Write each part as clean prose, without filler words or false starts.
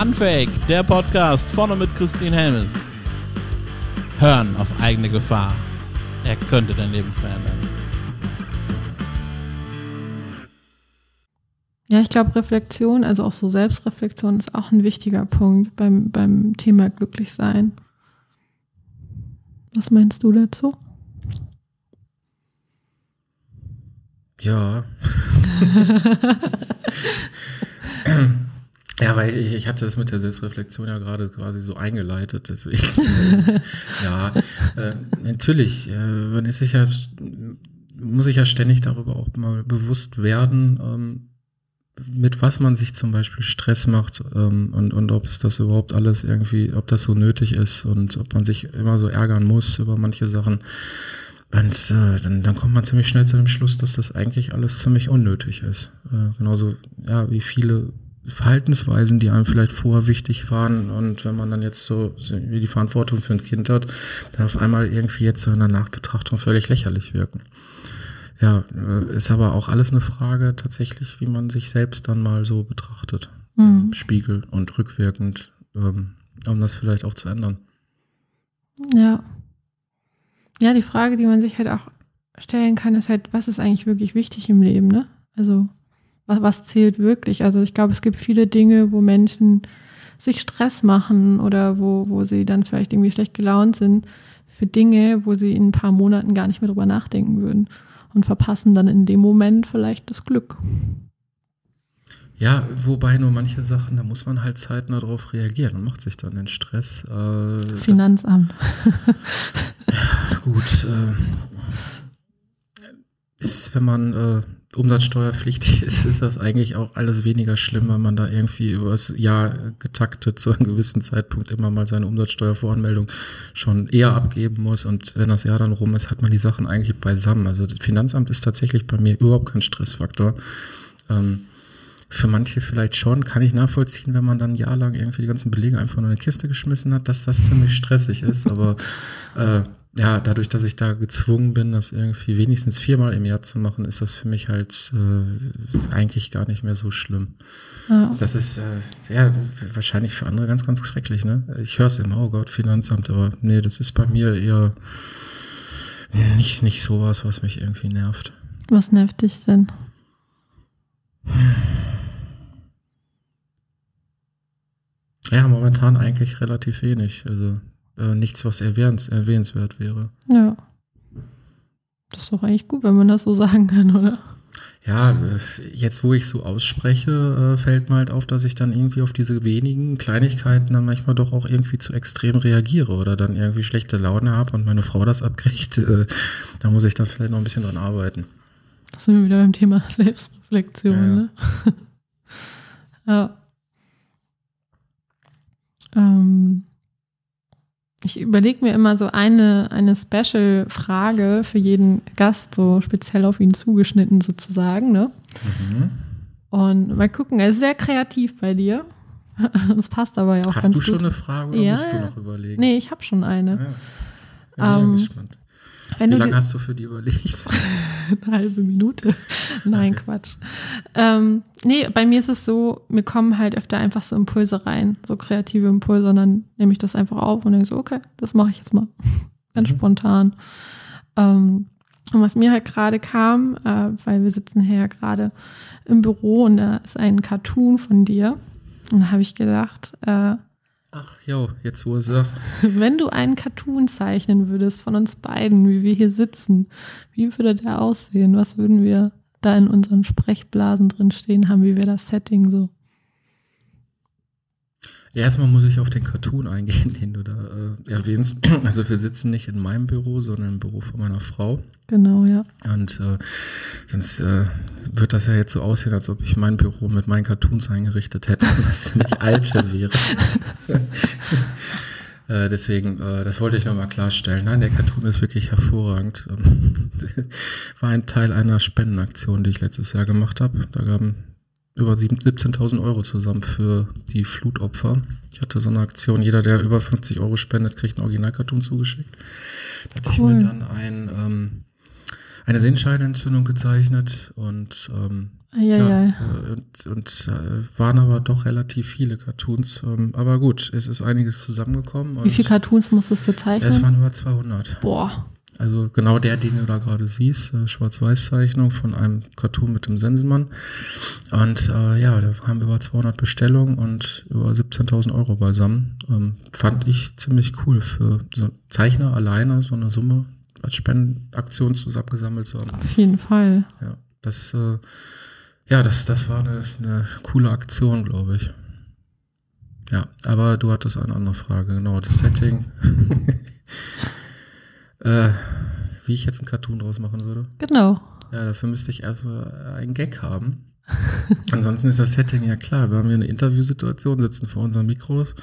Unfake, der Podcast vorne mit Christine Helmes. Hören auf eigene Gefahr. Er könnte dein Leben verändern. Ja, ich glaube, Reflexion, also auch so Selbstreflexion, ist auch ein wichtiger Punkt beim Thema Glücklichsein. Was meinst du dazu? Ja. Ja, weil ich hatte es mit der Selbstreflexion ja gerade quasi so eingeleitet, deswegen. Ja, natürlich, man ist muss sich ja ständig darüber auch mal bewusst werden, mit was man sich zum Beispiel Stress macht, und ob es das überhaupt alles irgendwie, ob das so nötig ist und ob man sich immer so ärgern muss über manche Sachen. Und dann kommt man ziemlich schnell zu dem Schluss, dass das eigentlich alles ziemlich unnötig ist. Genauso, ja, wie viele Verhaltensweisen, die einem vielleicht vorher wichtig waren, und wenn man dann jetzt so wie die Verantwortung für ein Kind hat, dann auf einmal irgendwie jetzt so in der Nachbetrachtung völlig lächerlich wirken. Ja, ist aber auch alles eine Frage tatsächlich, wie man sich selbst dann mal so betrachtet. Spiegel und rückwirkend, um das vielleicht auch zu ändern. Ja. Ja, die Frage, die man sich halt auch stellen kann, ist halt, was ist eigentlich wirklich wichtig im Leben, ne? Also, was zählt wirklich? Also, ich glaube, es gibt viele Dinge, wo Menschen sich Stress machen oder wo sie dann vielleicht irgendwie schlecht gelaunt sind für Dinge, wo sie in ein paar Monaten gar nicht mehr drüber nachdenken würden und verpassen dann in dem Moment vielleicht das Glück. Ja, wobei nur manche Sachen, da muss man halt zeitnah drauf reagieren und macht sich dann den Stress. Finanzamt. Ja, gut. Wenn man umsatzsteuerpflichtig ist das eigentlich auch alles weniger schlimm, wenn man da irgendwie über das Jahr getaktet zu einem gewissen Zeitpunkt immer mal seine Umsatzsteuervoranmeldung schon eher abgeben muss, und wenn das Jahr dann rum ist, hat man die Sachen eigentlich beisammen. Also das Finanzamt ist tatsächlich bei mir überhaupt kein Stressfaktor. Für manche vielleicht schon, kann ich nachvollziehen, wenn man dann ein Jahr lang irgendwie die ganzen Belege einfach nur in eine Kiste geschmissen hat, dass das ziemlich stressig ist, aber ja, dadurch, dass ich da gezwungen bin, das irgendwie wenigstens 4-mal im Jahr zu machen, ist das für mich halt eigentlich gar nicht mehr so schlimm. Ja. Das ist ja wahrscheinlich für andere ganz, ganz schrecklich, ne? Ich höre es immer, oh Gott, Finanzamt, aber nee, das ist bei mir eher nicht sowas, was mich irgendwie nervt. Was nervt dich denn? Ja, momentan eigentlich relativ wenig. Also nichts, was erwähnenswert wäre. Ja. Das ist doch eigentlich gut, wenn man das so sagen kann, oder? Ja, jetzt wo ich so ausspreche, fällt mir halt auf, dass ich dann irgendwie auf diese wenigen Kleinigkeiten dann manchmal doch auch irgendwie zu extrem reagiere oder dann irgendwie schlechte Laune habe und meine Frau das abkriegt. Da muss ich dann vielleicht noch ein bisschen dran arbeiten. Das sind wir wieder beim Thema Selbstreflexion, ja. Ne? Ja. Ich überlege mir immer so eine Special-Frage für jeden Gast, so speziell auf ihn zugeschnitten sozusagen, ne? Mhm. Und mal gucken, er ist sehr kreativ bei dir. Das passt aber ja auch ganz gut. Hast du schon eine Frage oder musst du noch überlegen? Nee, ich habe schon eine. Ja. Bin gespannt. Wie lange hast du für die überlegt? Eine halbe Minute. Nein, okay. Quatsch. Nee, bei mir ist es so, mir kommen halt öfter einfach so Impulse rein, so kreative Impulse, und dann nehme ich das einfach auf und denke so, okay, das mache ich jetzt mal. Ganz spontan. Und was mir halt gerade kam, weil wir sitzen hier ja gerade im Büro und da ist ein Cartoon von dir. Und da habe ich gedacht, ach jo, jetzt wo du sagst. Wenn du einen Cartoon zeichnen würdest von uns beiden, wie wir hier sitzen, wie würde der aussehen? Was würden wir da in unseren Sprechblasen drin stehen haben? Wie wäre das Setting so? Ja, erstmal muss ich auf den Cartoon eingehen, den du da erwähnst. Also wir sitzen nicht in meinem Büro, sondern im Büro von meiner Frau. Genau, ja. Und sonst wird das ja jetzt so aussehen, als ob ich mein Büro mit meinen Cartoons eingerichtet hätte, was ziemlich eitel wäre. Deswegen, das wollte ich nochmal klarstellen. Nein, der Cartoon ist wirklich hervorragend. War ein Teil einer Spendenaktion, die ich letztes Jahr gemacht habe. Da gaben über 17.000 Euro zusammen für die Flutopfer. Ich hatte so eine Aktion, jeder, der über 50 Euro spendet, kriegt einen Original-Cartoon zugeschickt. Da hatte ich mir dann eine Sehenscheidenentzündung gezeichnet und waren aber doch relativ viele Cartoons. Aber gut, es ist einiges zusammengekommen. Wie viele Cartoons musstest du zeichnen? Es waren über 200. Boah. Also genau den du da gerade siehst, Schwarz-Weiß-Zeichnung von einem Cartoon mit dem Sensenmann. Und da haben über 200 Bestellungen und über 17.000 Euro beisammen. Fand ich ziemlich cool für so Zeichner alleine so eine Summe als Spendenaktion zusammengesammelt zu haben. Auf jeden Fall. Ja, das war eine coole Aktion, glaube ich. Ja, aber du hattest eine andere Frage, genau, das Setting. Wie ich jetzt einen Cartoon draus machen würde. Genau. Ja, dafür müsste ich erst einen Gag haben. Ansonsten ist das Setting ja klar. Wir haben hier eine Interviewsituation, sitzen vor unseren Mikros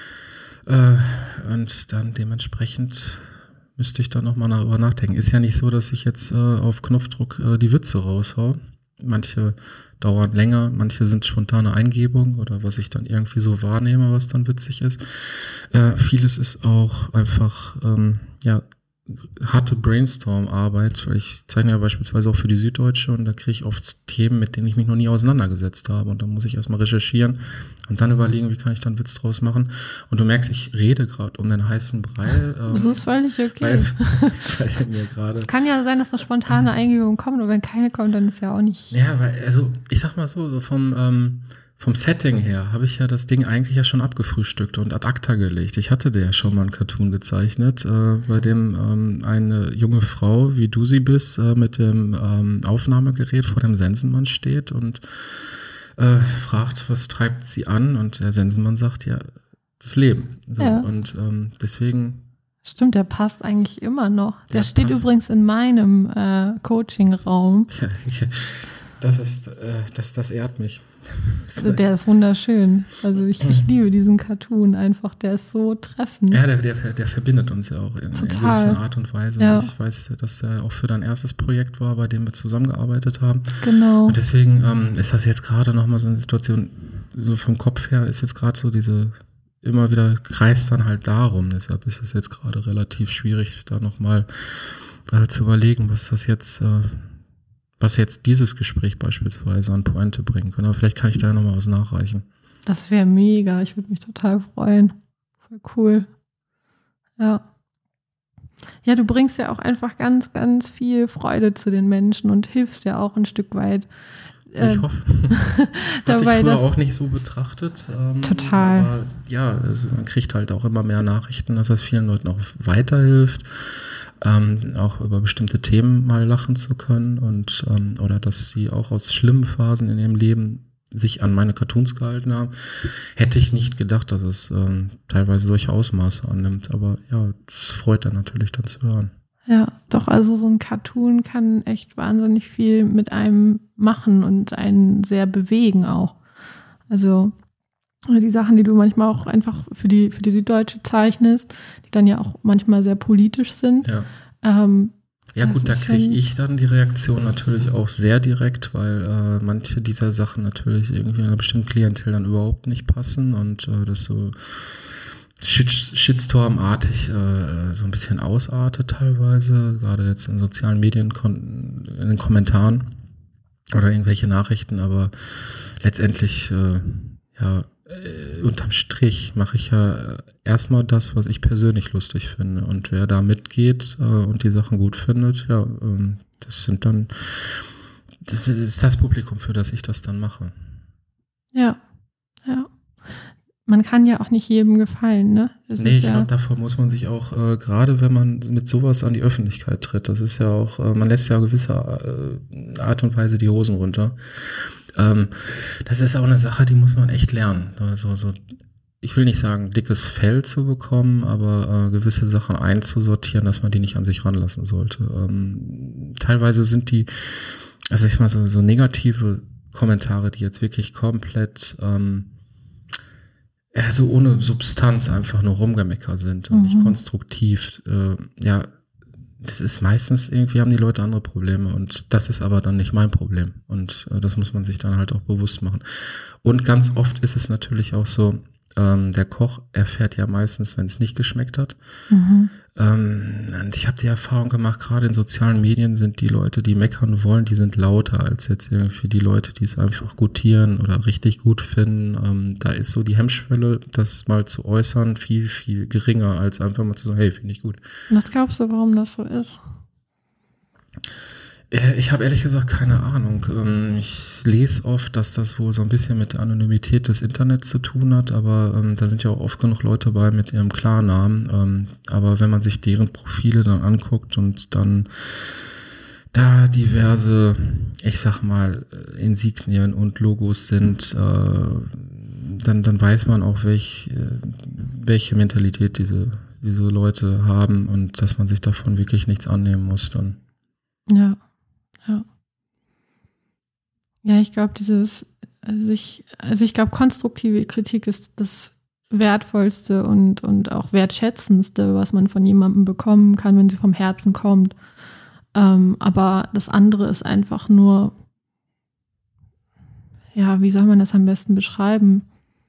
und dann dementsprechend müsste ich da nochmal darüber nachdenken. Ist ja nicht so, dass ich jetzt auf Knopfdruck die Witze raushau. Manche dauern länger, manche sind spontane Eingebungen oder was ich dann irgendwie so wahrnehme, was dann witzig ist. Vieles ist auch einfach, harte Brainstorm-Arbeit. Ich zeichne ja beispielsweise auch für die Süddeutsche und da kriege ich oft Themen, mit denen ich mich noch nie auseinandergesetzt habe. Und dann muss ich erstmal recherchieren und dann überlegen, wie kann ich dann einen Witz draus machen. Und du merkst, ich rede gerade um den heißen Brei. Das ist völlig okay. Weil mir gerade. Es kann ja sein, dass eine spontane Eingebung kommt, und wenn keine kommt, dann ist ja auch nicht. Ja, weil, also ich sag mal so vom Setting her habe ich ja das Ding eigentlich ja schon abgefrühstückt und ad acta gelegt. Ich hatte ja schon mal einen Cartoon gezeichnet, bei dem eine junge Frau, wie du sie bist, mit dem Aufnahmegerät vor dem Sensenmann steht und fragt, was treibt sie an? Und der Sensenmann sagt, ja, das Leben. So, ja. Und deswegen... Stimmt, der passt eigentlich immer noch. Der steht übrigens in meinem Coaching-Raum. Das ehrt mich. Der ist wunderschön. Also ich liebe diesen Cartoon einfach. Der ist so treffend. Ja, der verbindet uns ja auch in einer gewissen Art und Weise. Ja. Ich weiß, dass er auch für dein erstes Projekt war, bei dem wir zusammengearbeitet haben. Genau. Und deswegen ist das jetzt gerade nochmal so eine Situation, so vom Kopf her ist jetzt gerade so diese, immer wieder kreist dann halt darum. Deshalb ist es jetzt gerade relativ schwierig, da nochmal zu überlegen, was jetzt dieses Gespräch beispielsweise an Pointe bringen kann. Aber vielleicht kann ich da nochmal was nachreichen. Das wäre mega. Ich würde mich total freuen. Voll cool. Ja. Ja, du bringst ja auch einfach ganz, ganz viel Freude zu den Menschen und hilfst ja auch ein Stück weit. Ich hoffe. Dabei, hatte ich früher auch nicht so betrachtet. Total. Aber ja, also man kriegt halt auch immer mehr Nachrichten, dass das vielen Leuten auch weiterhilft. Auch über bestimmte Themen mal lachen zu können und oder dass sie auch aus schlimmen Phasen in ihrem Leben sich an meine Cartoons gehalten haben. Hätte ich nicht gedacht, dass es teilweise solche Ausmaße annimmt, aber ja, es freut dann natürlich dann zu hören. Ja, doch, also so ein Cartoon kann echt wahnsinnig viel mit einem machen und einen sehr bewegen auch. Also die Sachen, die du manchmal auch einfach für die Süddeutsche zeichnest, die dann ja auch manchmal sehr politisch sind. Ja, ja gut, da kriege ich dann die Reaktion natürlich auch sehr direkt, weil manche dieser Sachen natürlich irgendwie einer bestimmten Klientel dann überhaupt nicht passen und das so Shitstorm-artig so ein bisschen ausartet teilweise, gerade jetzt in sozialen Medien, in den Kommentaren oder irgendwelche Nachrichten, aber letztendlich unterm Strich mache ich ja erstmal das, was ich persönlich lustig finde. Und wer da mitgeht und die Sachen gut findet, ja, das ist das Publikum, für das ich das dann mache. Ja, ja. Man kann ja auch nicht jedem gefallen, ne? Ich glaube, davor muss man sich auch, gerade wenn man mit sowas an die Öffentlichkeit tritt, das ist ja auch, man lässt ja gewisse Art und Weise die Hosen runter. Das ist auch eine Sache, die muss man echt lernen. Also, ich will nicht sagen, dickes Fell zu bekommen, aber gewisse Sachen einzusortieren, dass man die nicht an sich ranlassen sollte. Teilweise sind die, also ich mal so negative Kommentare, die jetzt wirklich komplett so ohne Substanz einfach nur Rumgemecker sind und nicht konstruktiv. Das ist meistens irgendwie, haben die Leute andere Probleme und das ist aber dann nicht mein Problem und das muss man sich dann halt auch bewusst machen. Und ganz oft ist es natürlich auch so, Der Koch erfährt ja meistens, wenn es nicht geschmeckt hat. Und ich habe die Erfahrung gemacht, gerade in sozialen Medien sind die Leute, die meckern wollen, die sind lauter als jetzt irgendwie die Leute, die es einfach gutieren oder richtig gut finden. Da ist so die Hemmschwelle, das mal zu äußern, viel, viel geringer, als einfach mal zu sagen, hey, finde ich gut. Was glaubst du, warum das so ist? Ich habe ehrlich gesagt keine Ahnung. Ich lese oft, dass das wohl so ein bisschen mit der Anonymität des Internets zu tun hat, aber da sind ja auch oft genug Leute bei mit ihrem Klarnamen. Aber wenn man sich deren Profile dann anguckt und dann da diverse, ich sag mal, Insignien und Logos sind, dann weiß man auch, welche Mentalität diese Leute haben und dass man sich davon wirklich nichts annehmen muss dann. Ja. Ja, ich glaube, ich glaube, konstruktive Kritik ist das Wertvollste und auch Wertschätzendste, was man von jemandem bekommen kann, wenn sie vom Herzen kommt. Aber das andere ist einfach nur, ja, wie soll man das am besten beschreiben?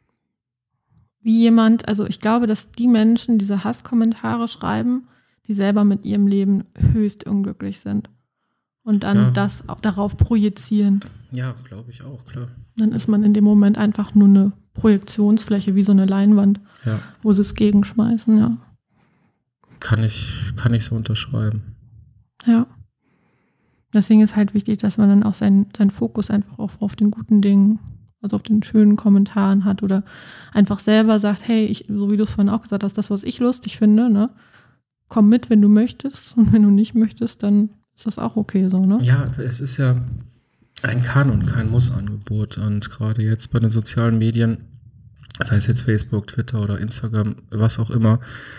Wie jemand, also ich glaube, dass die Menschen diese Hasskommentare schreiben, die selber mit ihrem Leben höchst unglücklich sind. Und dann das auch darauf projizieren. Ja, glaube ich auch, klar. Dann ist man in dem Moment einfach nur eine Projektionsfläche, wie so eine Leinwand, wo sie es gegenschmeißen, ja. Kann ich so unterschreiben. Ja. Deswegen ist halt wichtig, dass man dann auch seinen Fokus einfach auf den guten Dingen, also auf den schönen Kommentaren hat oder einfach selber sagt, hey, so wie du es vorhin auch gesagt hast, das, was ich lustig finde, ne, komm mit, wenn du möchtest, und wenn du nicht möchtest, dann ist das auch okay so, ne? Ja, es ist ja ein Kann- und kein Muss-Angebot. Und gerade jetzt bei den sozialen Medien, sei es jetzt Facebook, Twitter oder Instagram, was auch immer,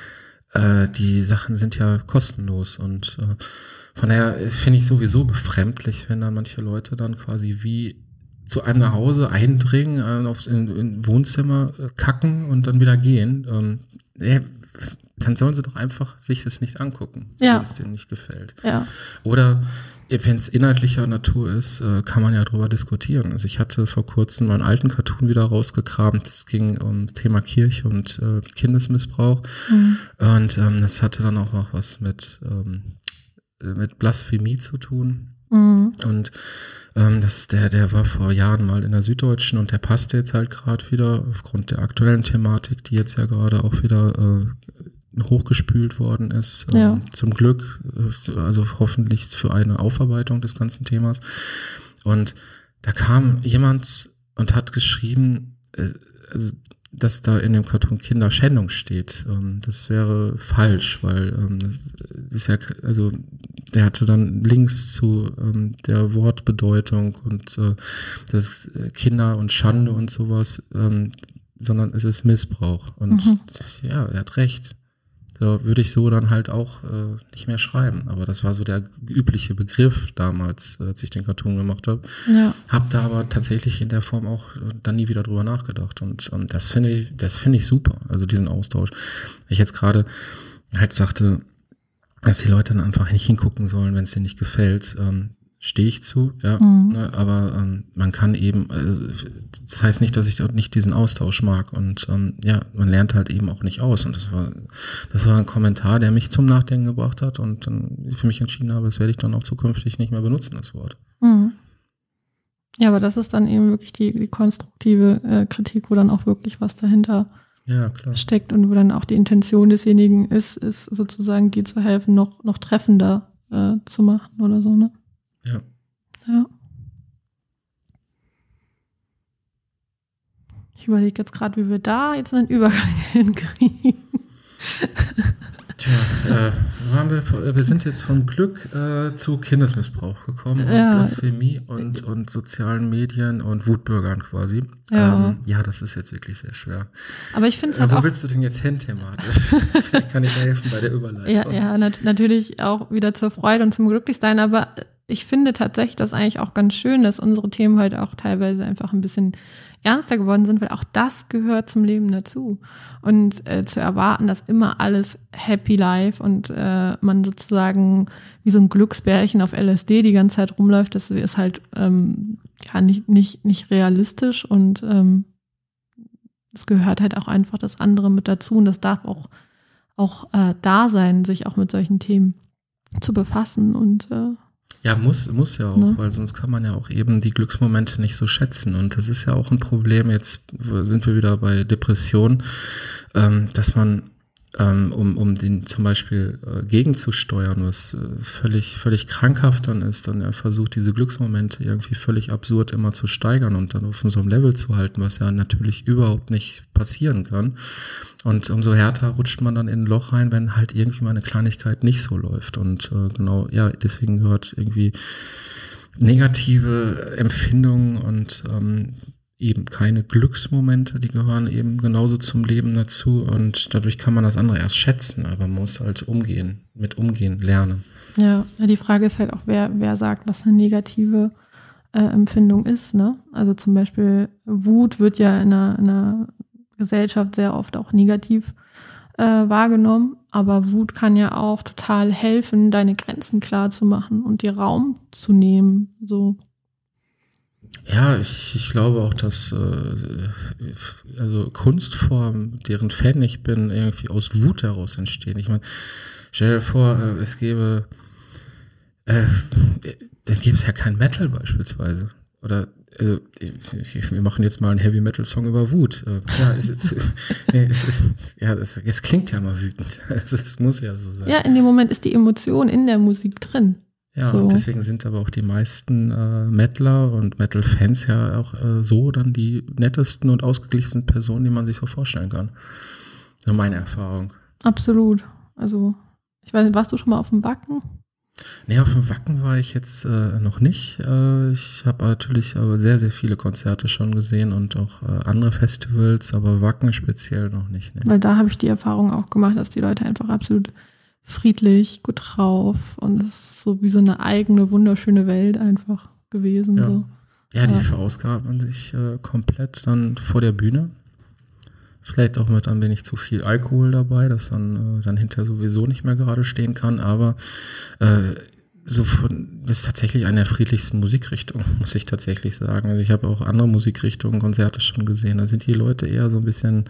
die Sachen sind ja kostenlos. Und von daher finde ich sowieso befremdlich, wenn dann manche Leute dann quasi wie zu einem nach Hause eindringen, aufs in Wohnzimmer kacken und dann wieder gehen. Dann sollen sie doch einfach sich das nicht angucken, wenn es denen nicht gefällt. Ja. Oder wenn es inhaltlicher Natur ist, kann man ja drüber diskutieren. Also ich hatte vor kurzem meinen alten Cartoon wieder rausgekramt. Es ging um das Thema Kirche und Kindesmissbrauch. Und das hatte dann auch noch was mit Blasphemie zu tun. Und der war vor Jahren mal in der Süddeutschen und der passte jetzt halt gerade wieder aufgrund der aktuellen Thematik, die jetzt ja gerade auch wieder hochgespült worden ist. Zum Glück, also hoffentlich für eine Aufarbeitung des ganzen Themas. Und da kam jemand und hat geschrieben, dass da in dem Cartoon Kinderschändung steht. Das wäre falsch, weil das ist ja, also der hatte dann Links zu der Wortbedeutung und das Kinder und Schande und sowas, sondern es ist Missbrauch. Und ja, er hat recht. So würde ich so dann halt auch nicht mehr schreiben. Aber das war so der übliche Begriff damals, als ich den Cartoon gemacht habe. Ja. Hab da aber tatsächlich in der Form auch dann nie wieder drüber nachgedacht. Und das finde ich super, also diesen Austausch. Ich jetzt gerade halt sagte, dass die Leute dann einfach nicht hingucken sollen, wenn es denen nicht gefällt. Stehe ich zu, ja, ne, aber man kann eben, also, das heißt nicht, dass ich dort nicht diesen Austausch mag und ja, man lernt halt eben auch nicht aus und das war ein Kommentar, der mich zum Nachdenken gebracht hat und dann für mich entschieden habe, das werde ich dann auch zukünftig nicht mehr benutzen, das Wort. Ja, aber das ist dann eben wirklich die konstruktive Kritik, wo dann auch wirklich was dahinter steckt und wo dann auch die Intention desjenigen ist sozusagen dir zu helfen, noch treffender zu machen oder so, ne? Ja. Ich überlege jetzt gerade, wie wir da jetzt einen Übergang hinkriegen. Tja, wir sind jetzt vom Glück zu Kindesmissbrauch gekommen und Blasphemie und sozialen Medien und Wutbürgern quasi. Ja. Das ist jetzt wirklich sehr schwer. Aber ich finde es halt wo willst du denn jetzt hin thematisch? Vielleicht kann ich dir helfen bei der Überleitung. Ja, natürlich auch wieder zur Freude und zum Glücklichsein, aber ich finde tatsächlich, dass eigentlich auch ganz schön, dass unsere Themen halt auch teilweise einfach ein bisschen ernster geworden sind, weil auch das gehört zum Leben dazu. Und zu erwarten, dass immer alles happy life und man sozusagen wie so ein Glücksbärchen auf LSD die ganze Zeit rumläuft, das ist halt nicht realistisch und es gehört halt auch einfach das andere mit dazu und das darf auch da sein, sich auch mit solchen Themen zu befassen und ja, muss ja auch, ne? Weil sonst kann man ja auch eben die Glücksmomente nicht so schätzen. Und das ist ja auch ein Problem, jetzt sind wir wieder bei Depressionen, dass man, um den zum Beispiel gegenzusteuern, was völlig krankhaft dann ist, dann versucht, diese Glücksmomente irgendwie völlig absurd immer zu steigern und dann auf so einem Level zu halten, was ja natürlich überhaupt nicht passieren kann. Und umso härter rutscht man dann in ein Loch rein, wenn halt irgendwie mal eine Kleinigkeit nicht so läuft. Und genau, ja, deswegen gehört irgendwie negative Empfindungen und eben keine Glücksmomente, die gehören eben genauso zum Leben dazu. Und dadurch kann man das andere erst schätzen, aber man muss halt umgehen lernen. Ja, die Frage ist halt auch, wer sagt, was eine negative Empfindung ist, ne? Also zum Beispiel Wut wird ja in einer Gesellschaft sehr oft auch negativ wahrgenommen, aber Wut kann ja auch total helfen, deine Grenzen klar zu machen und dir Raum zu nehmen. So. Ja, ich glaube auch, dass also Kunstformen, deren Fan ich bin, irgendwie aus Wut heraus entstehen. Ich meine, stell dir vor, es gäbe dann gäbe es ja kein Metal beispielsweise. Oder also wir machen jetzt mal einen Heavy-Metal-Song über Wut. Es klingt ja mal wütend. Es muss ja so sein. Ja, in dem Moment ist die Emotion in der Musik drin. Ja, so. Und deswegen sind aber auch die meisten Metaler und Metal-Fans ja auch so dann die nettesten und ausgeglichensten Personen, die man sich so vorstellen kann. So meine Erfahrung. Absolut. Also, ich weiß nicht, warst du schon mal auf dem Wacken? Nee, auf dem Wacken war ich jetzt noch nicht. Ich habe natürlich aber sehr, sehr viele Konzerte schon gesehen und auch andere Festivals, aber Wacken speziell noch nicht. Ne? Weil da habe ich die Erfahrung auch gemacht, dass die Leute einfach absolut friedlich, gut drauf und es ist so wie so eine eigene, wunderschöne Welt einfach gewesen. Ja, so. Ja, die verausgaben sich komplett dann vor der Bühne. Vielleicht auch mit ein wenig zu viel Alkohol dabei, dass dann hinterher sowieso nicht mehr gerade stehen kann, aber das ist tatsächlich eine der friedlichsten Musikrichtungen, muss ich tatsächlich sagen. Also ich habe auch andere Musikrichtungen, Konzerte schon gesehen, da sind die Leute eher so ein bisschen,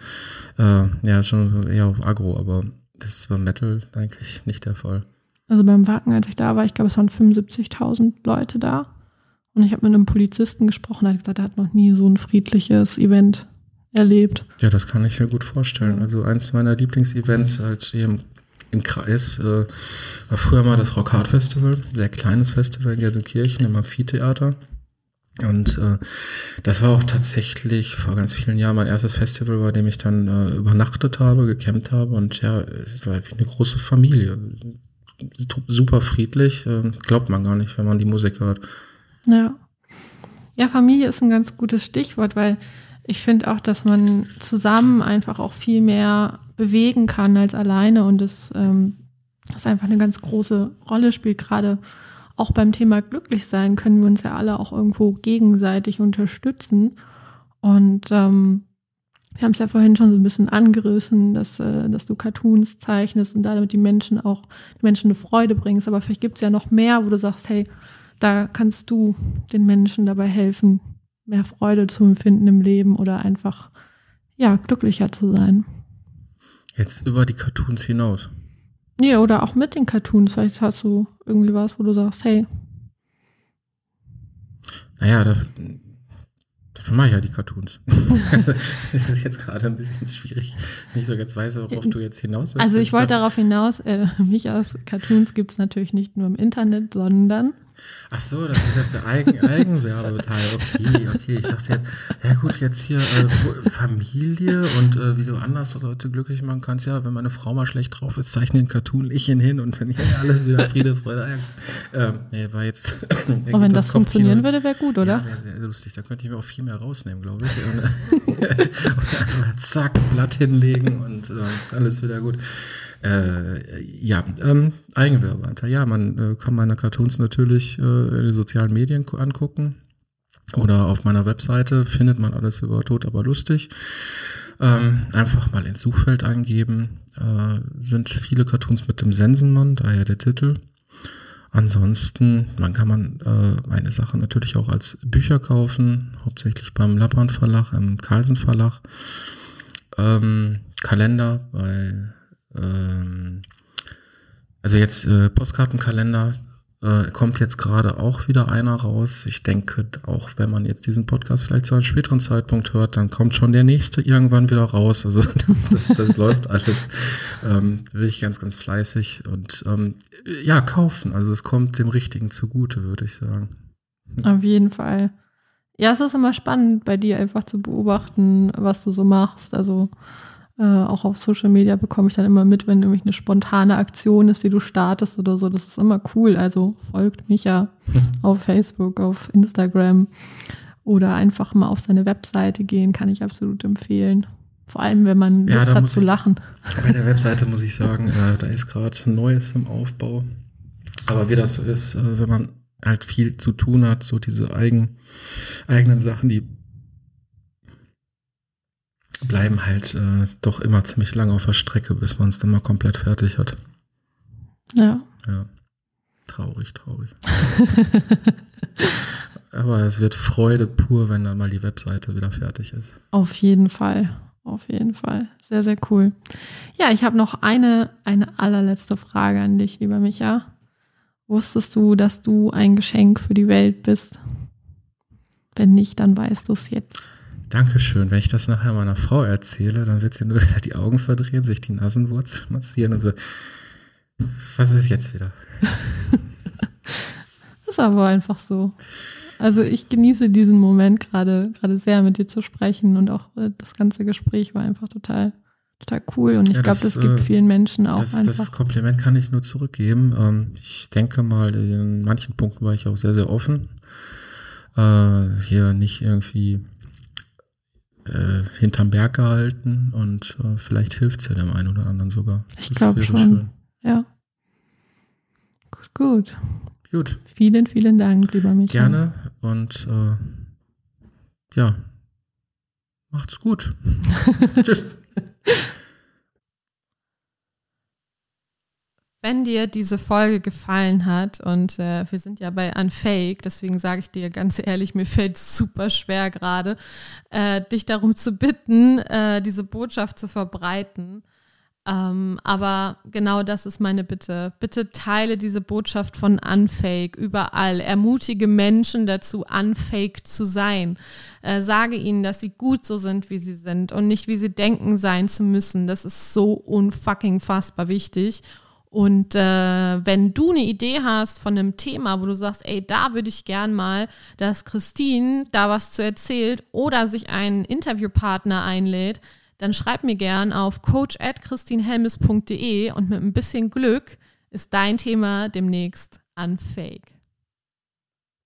schon eher auf Agro, aber das ist beim Metal eigentlich nicht der Fall. Also beim Wacken, als ich da war, ich glaube, es waren 75.000 Leute da und ich habe mit einem Polizisten gesprochen, der hat gesagt, er hat noch nie so ein friedliches Event erlebt. Ja, das kann ich mir gut vorstellen. Also eins meiner Lieblingsevents halt hier im Kreis war früher mal das Rock Hard Festival, sehr kleines Festival in Gelsenkirchen im Amphitheater. Und das war auch tatsächlich vor ganz vielen Jahren mein erstes Festival, bei dem ich dann übernachtet habe, gecampt habe und ja, es war wie eine große Familie. Super friedlich, glaubt man gar nicht, wenn man die Musik hört. Ja, Familie ist ein ganz gutes Stichwort, weil ich finde auch, dass man zusammen einfach auch viel mehr bewegen kann als alleine und das einfach eine ganz große Rolle spielt. Gerade auch beim Thema Glücklichsein können wir uns ja alle auch irgendwo gegenseitig unterstützen. Und wir haben es ja vorhin schon so ein bisschen angerissen, dass du Cartoons zeichnest und damit die Menschen eine Freude bringst. Aber vielleicht gibt es ja noch mehr, wo du sagst, hey, da kannst du den Menschen dabei helfen, mehr Freude zu empfinden im Leben oder einfach, glücklicher zu sein. Jetzt über die Cartoons hinaus. Nee, oder auch mit den Cartoons. Vielleicht hast du irgendwie was, wo du sagst, hey. Naja, dafür mache ich ja die Cartoons. Das ist jetzt gerade ein bisschen schwierig. Nicht so ganz weiß, worauf du jetzt hinaus willst. Also ich wollte darauf hinaus, mich aus Cartoons gibt es natürlich nicht nur im Internet, sondern... Ach so, das ist jetzt der Eigenwerbeteil. Okay. Ich dachte jetzt, ja gut, jetzt hier Familie und wie du anders Leute glücklich machen kannst. Ja, wenn meine Frau mal schlecht drauf ist, zeichne den Cartoon, ich ihn hin und dann alles wieder Friede, Freude. War jetzt... Und wenn das funktionieren würde, wäre gut, oder? Ja, wäre sehr lustig. Da könnte ich mir auch viel mehr rausnehmen, glaube ich. Und zack, Blatt hinlegen und alles wieder gut. Eigenwerbeanteil. Ja, man kann meine Cartoons natürlich in den sozialen Medien angucken oder auf meiner Webseite findet man alles über Tot aber lustig. Einfach mal ins Suchfeld eingeben. Sind viele Cartoons mit dem Sensenmann, daher der Titel. Ansonsten, kann meine Sachen natürlich auch als Bücher kaufen, hauptsächlich beim Lappern Verlag, im Carlsen Verlag. Kalender also jetzt Postkartenkalender kommt jetzt gerade auch wieder einer raus. Ich denke, auch wenn man jetzt diesen Podcast vielleicht zu einem späteren Zeitpunkt hört, dann kommt schon der nächste irgendwann wieder raus. Also das läuft alles. Bin ich ganz, ganz fleißig und kaufen. Also es kommt dem Richtigen zugute, würde ich sagen. Auf jeden Fall. Ja, es ist immer spannend, bei dir einfach zu beobachten, was du so machst. Also auch auf Social Media bekomme ich dann immer mit, wenn nämlich eine spontane Aktion ist, die du startest oder so. Das ist immer cool. Also folgt Micha auf Facebook, auf Instagram oder einfach mal auf seine Webseite gehen, kann ich absolut empfehlen. Vor allem, wenn man Lust hat zu lachen. Bei der Webseite muss ich sagen, da ist gerade Neues im Aufbau. Aber wie das so ist, wenn man halt viel zu tun hat, so diese eigenen Sachen, die bleiben halt doch immer ziemlich lange auf der Strecke, bis man es dann mal komplett fertig hat. Ja. Ja. Traurig. Aber es wird Freude pur, wenn dann mal die Webseite wieder fertig ist. Auf jeden Fall. Sehr, sehr cool. Ja, ich habe noch eine allerletzte Frage an dich, lieber Micha. Wusstest du, dass du ein Geschenk für die Welt bist? Wenn nicht, dann weißt du es jetzt. Dankeschön. Wenn ich das nachher meiner Frau erzähle, dann wird sie nur wieder die Augen verdrehen, sich die Nasenwurzel massieren und so, was ist jetzt wieder? Das ist aber einfach so. Also ich genieße diesen Moment gerade sehr, mit dir zu sprechen und auch das ganze Gespräch war einfach total cool und ich glaube, das gibt vielen Menschen auch einfach. Das Kompliment kann ich nur zurückgeben. Ich denke mal, in manchen Punkten war ich auch sehr, sehr offen. Hier nicht irgendwie hinterm Berg gehalten und vielleicht hilft es ja dem einen oder anderen sogar. Ich glaube schon. Schön. Ja. Gut. Vielen, vielen Dank, lieber Micha. Gerne und macht's gut. Tschüss. Wenn dir diese Folge gefallen hat und wir sind ja bei Unfake, deswegen sage ich dir ganz ehrlich, mir fällt es super schwer gerade, dich darum zu bitten, diese Botschaft zu verbreiten. Aber genau das ist meine Bitte. Bitte teile diese Botschaft von Unfake überall. Ermutige Menschen dazu, unfake zu sein. Sage ihnen, dass sie gut so sind, wie sie sind und nicht, wie sie denken, sein zu müssen. Das ist so unfucking fassbar wichtig. Und wenn du eine Idee hast von einem Thema, wo du sagst, ey, da würde ich gern mal, dass Christine da was zu erzählt oder sich einen Interviewpartner einlädt, dann schreib mir gern auf coach@christinhelmes.de und mit ein bisschen Glück ist dein Thema demnächst Unfake.